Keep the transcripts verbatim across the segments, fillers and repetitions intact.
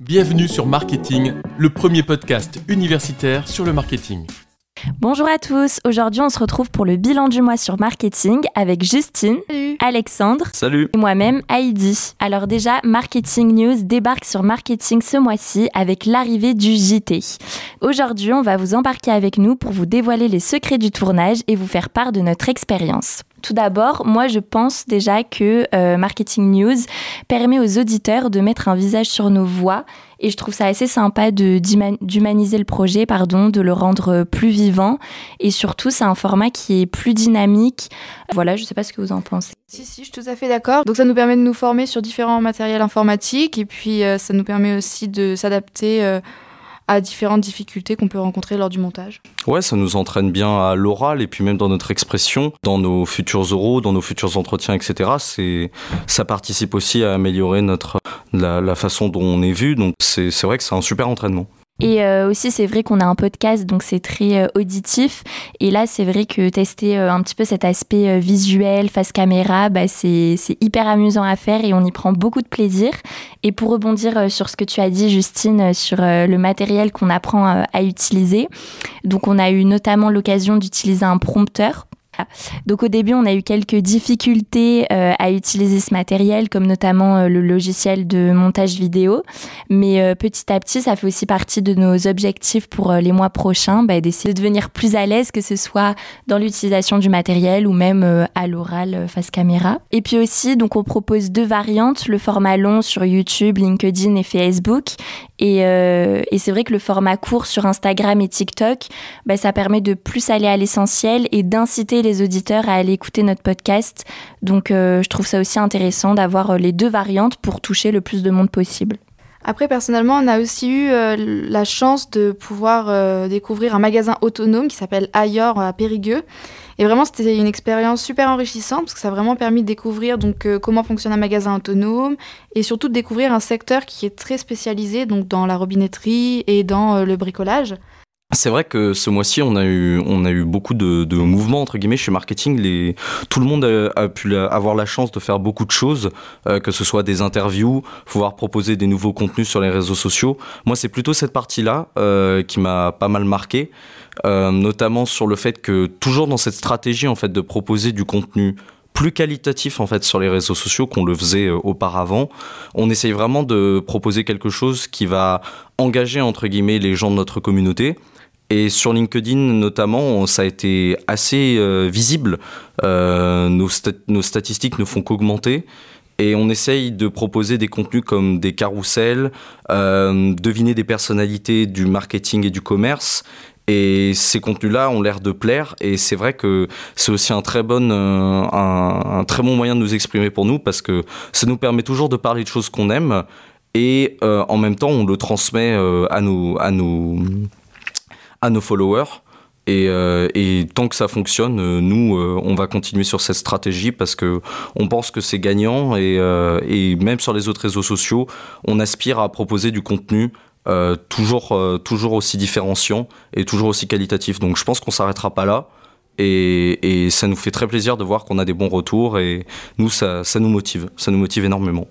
Bienvenue sur Marketing, le premier podcast universitaire sur le marketing. Bonjour à tous, aujourd'hui on se retrouve pour le bilan du mois sur Marketing avec Justine, Salut. Alexandre Salut. et moi-même Heidi. Alors déjà, Marketing News débarque sur Marketing ce mois-ci avec l'arrivée du J T. Aujourd'hui, on va vous embarquer avec nous pour vous dévoiler les secrets du tournage et vous faire part de notre expérience. Tout d'abord, moi je pense déjà que euh, Marketing News permet aux auditeurs de mettre un visage sur nos voix et je trouve ça assez sympa de, d'humaniser le projet, pardon, de le rendre plus vivant et surtout c'est un format qui est plus dynamique. Voilà, je sais pas ce que vous en pensez. Si, si, je suis tout à fait d'accord. Donc ça nous permet de nous former sur différents matériels informatiques et puis euh, ça nous permet aussi de s'adapter euh, à différentes difficultés qu'on peut rencontrer lors du montage. Ouais, ça nous entraîne bien à l'oral et puis même dans notre expression, dans nos futurs oraux, dans nos futurs entretiens, et cetera. C'est, ça participe aussi à améliorer notre, la, la façon dont on est vu. Donc c'est, c'est vrai que c'est un super entraînement. Et euh, aussi, c'est vrai qu'on a un podcast, donc c'est très euh, auditif. Et là, c'est vrai que tester euh, un petit peu cet aspect euh, visuel, face caméra, bah, c'est, c'est hyper amusant à faire et on y prend beaucoup de plaisir. Et pour rebondir euh, sur ce que tu as dit, Justine, euh, sur euh, le matériel qu'on apprend euh, à utiliser, donc on a eu notamment l'occasion d'utiliser un prompteur. Donc au début, on a eu quelques difficultés euh, à utiliser ce matériel, comme notamment euh, le logiciel de montage vidéo. Mais euh, petit à petit, ça fait aussi partie de nos objectifs pour euh, les mois prochains, bah, d'essayer de devenir plus à l'aise, que ce soit dans l'utilisation du matériel ou même euh, à l'oral euh, face caméra. Et puis aussi, donc on propose deux variantes, le format long sur YouTube, LinkedIn et Facebook. Et, euh, et c'est vrai que le format court sur Instagram et TikTok, bah, ça permet de plus aller à l'essentiel et d'inciter les auditeurs à aller écouter notre podcast. Donc euh, je trouve ça aussi intéressant d'avoir les deux variantes pour toucher le plus de monde possible. Après, personnellement, on a aussi eu euh, la chance de pouvoir euh, découvrir un magasin autonome qui s'appelle Ayor à Périgueux. Et vraiment, c'était une expérience super enrichissante parce que ça a vraiment permis de découvrir donc, euh, comment fonctionne un magasin autonome et surtout de découvrir un secteur qui est très spécialisé donc, dans la robinetterie et dans euh, le bricolage. C'est vrai que ce mois-ci, on a eu, on a eu beaucoup de, de mouvements, entre guillemets, chez Marketing. Les, tout le monde a, a pu la, avoir la chance de faire beaucoup de choses, euh, que ce soit des interviews, pouvoir proposer des nouveaux contenus sur les réseaux sociaux. Moi, c'est plutôt cette partie-là euh, qui m'a pas mal marqué, euh, notamment sur le fait que, toujours dans cette stratégie, en fait, de proposer du contenu plus qualitatif en fait sur les réseaux sociaux qu'on le faisait euh, auparavant. On essaye vraiment de proposer quelque chose qui va engager entre guillemets les gens de notre communauté. Et sur LinkedIn notamment, ça a été assez euh, visible. Euh, nos, stat- nos statistiques ne font qu'augmenter. Et on essaye de proposer des contenus comme des carousels, euh, deviner des personnalités du marketing et du commerce. Et ces contenus-là ont l'air de plaire. Et c'est vrai que c'est aussi un très bon, euh, un, un très bon moyen de nous exprimer pour nous parce que ça nous permet toujours de parler de choses qu'on aime. Et euh, en même temps, on le transmet euh, à nos... À nos à nos followers et, euh, et tant que ça fonctionne, nous euh, on va continuer sur cette stratégie parce que on pense que c'est gagnant et, euh, et même sur les autres réseaux sociaux, on aspire à proposer du contenu euh, toujours, euh, toujours aussi différenciant et toujours aussi qualitatif. Donc je pense qu'on s'arrêtera pas là et, et ça nous fait très plaisir de voir qu'on a des bons retours et nous ça, ça nous motive, ça nous motive énormément.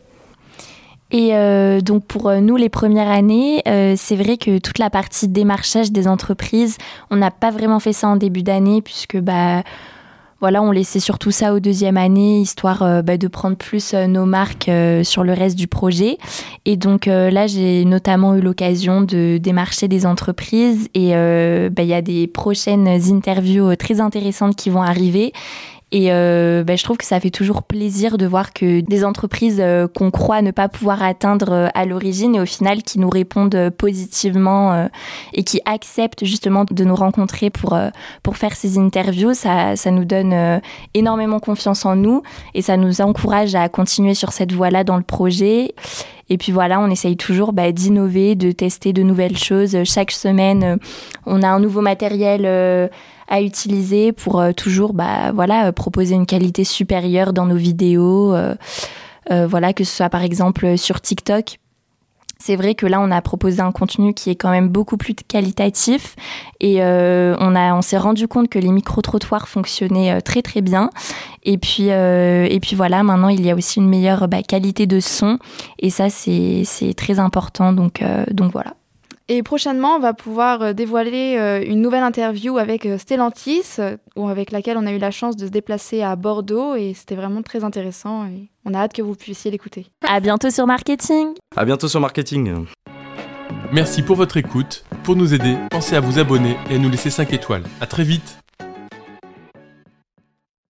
Et euh, donc pour nous, les premières années, euh, c'est vrai que toute la partie démarchage des entreprises, on n'a pas vraiment fait ça en début d'année puisque bah, voilà, on laissait surtout ça aux deuxième année, histoire euh, bah, de prendre plus euh, nos marques euh, sur le reste du projet. Et donc euh, là, j'ai notamment eu l'occasion de démarcher des entreprises et euh, bah, y a des prochaines interviews très intéressantes qui vont arriver. Et euh, bah, je trouve que ça fait toujours plaisir de voir que des entreprises euh, qu'on croit ne pas pouvoir atteindre euh, à l'origine et au final qui nous répondent euh, positivement euh, et qui acceptent justement de nous rencontrer pour, euh, pour faire ces interviews, ça, ça nous donne euh, énormément confiance en nous et ça nous encourage à continuer sur cette voie-là dans le projet. Et puis voilà, on essaye toujours bah, d'innover, de tester de nouvelles choses. Chaque semaine, euh, on a un nouveau matériel euh, à utiliser pour euh, toujours bah, voilà, euh, proposer une qualité supérieure dans nos vidéos. Euh, euh, voilà, que ce soit par exemple sur TikTok. C'est vrai que là, on a proposé un contenu qui est quand même beaucoup plus qualitatif et euh, on, a, on s'est rendu compte que les micro-trottoirs fonctionnaient euh, très très bien. Et puis, euh, et puis voilà, maintenant, il y a aussi une meilleure bah, qualité de son et ça, c'est, c'est très important. Donc, euh, donc voilà. Et prochainement, on va pouvoir dévoiler une nouvelle interview avec Stellantis, avec laquelle on a eu la chance de se déplacer à Bordeaux et c'était vraiment très intéressant et on a hâte que vous puissiez l'écouter. À bientôt sur Marketing. À bientôt sur Marketing. Merci pour votre écoute. Pour nous aider, pensez à vous abonner et à nous laisser cinq étoiles. À très vite.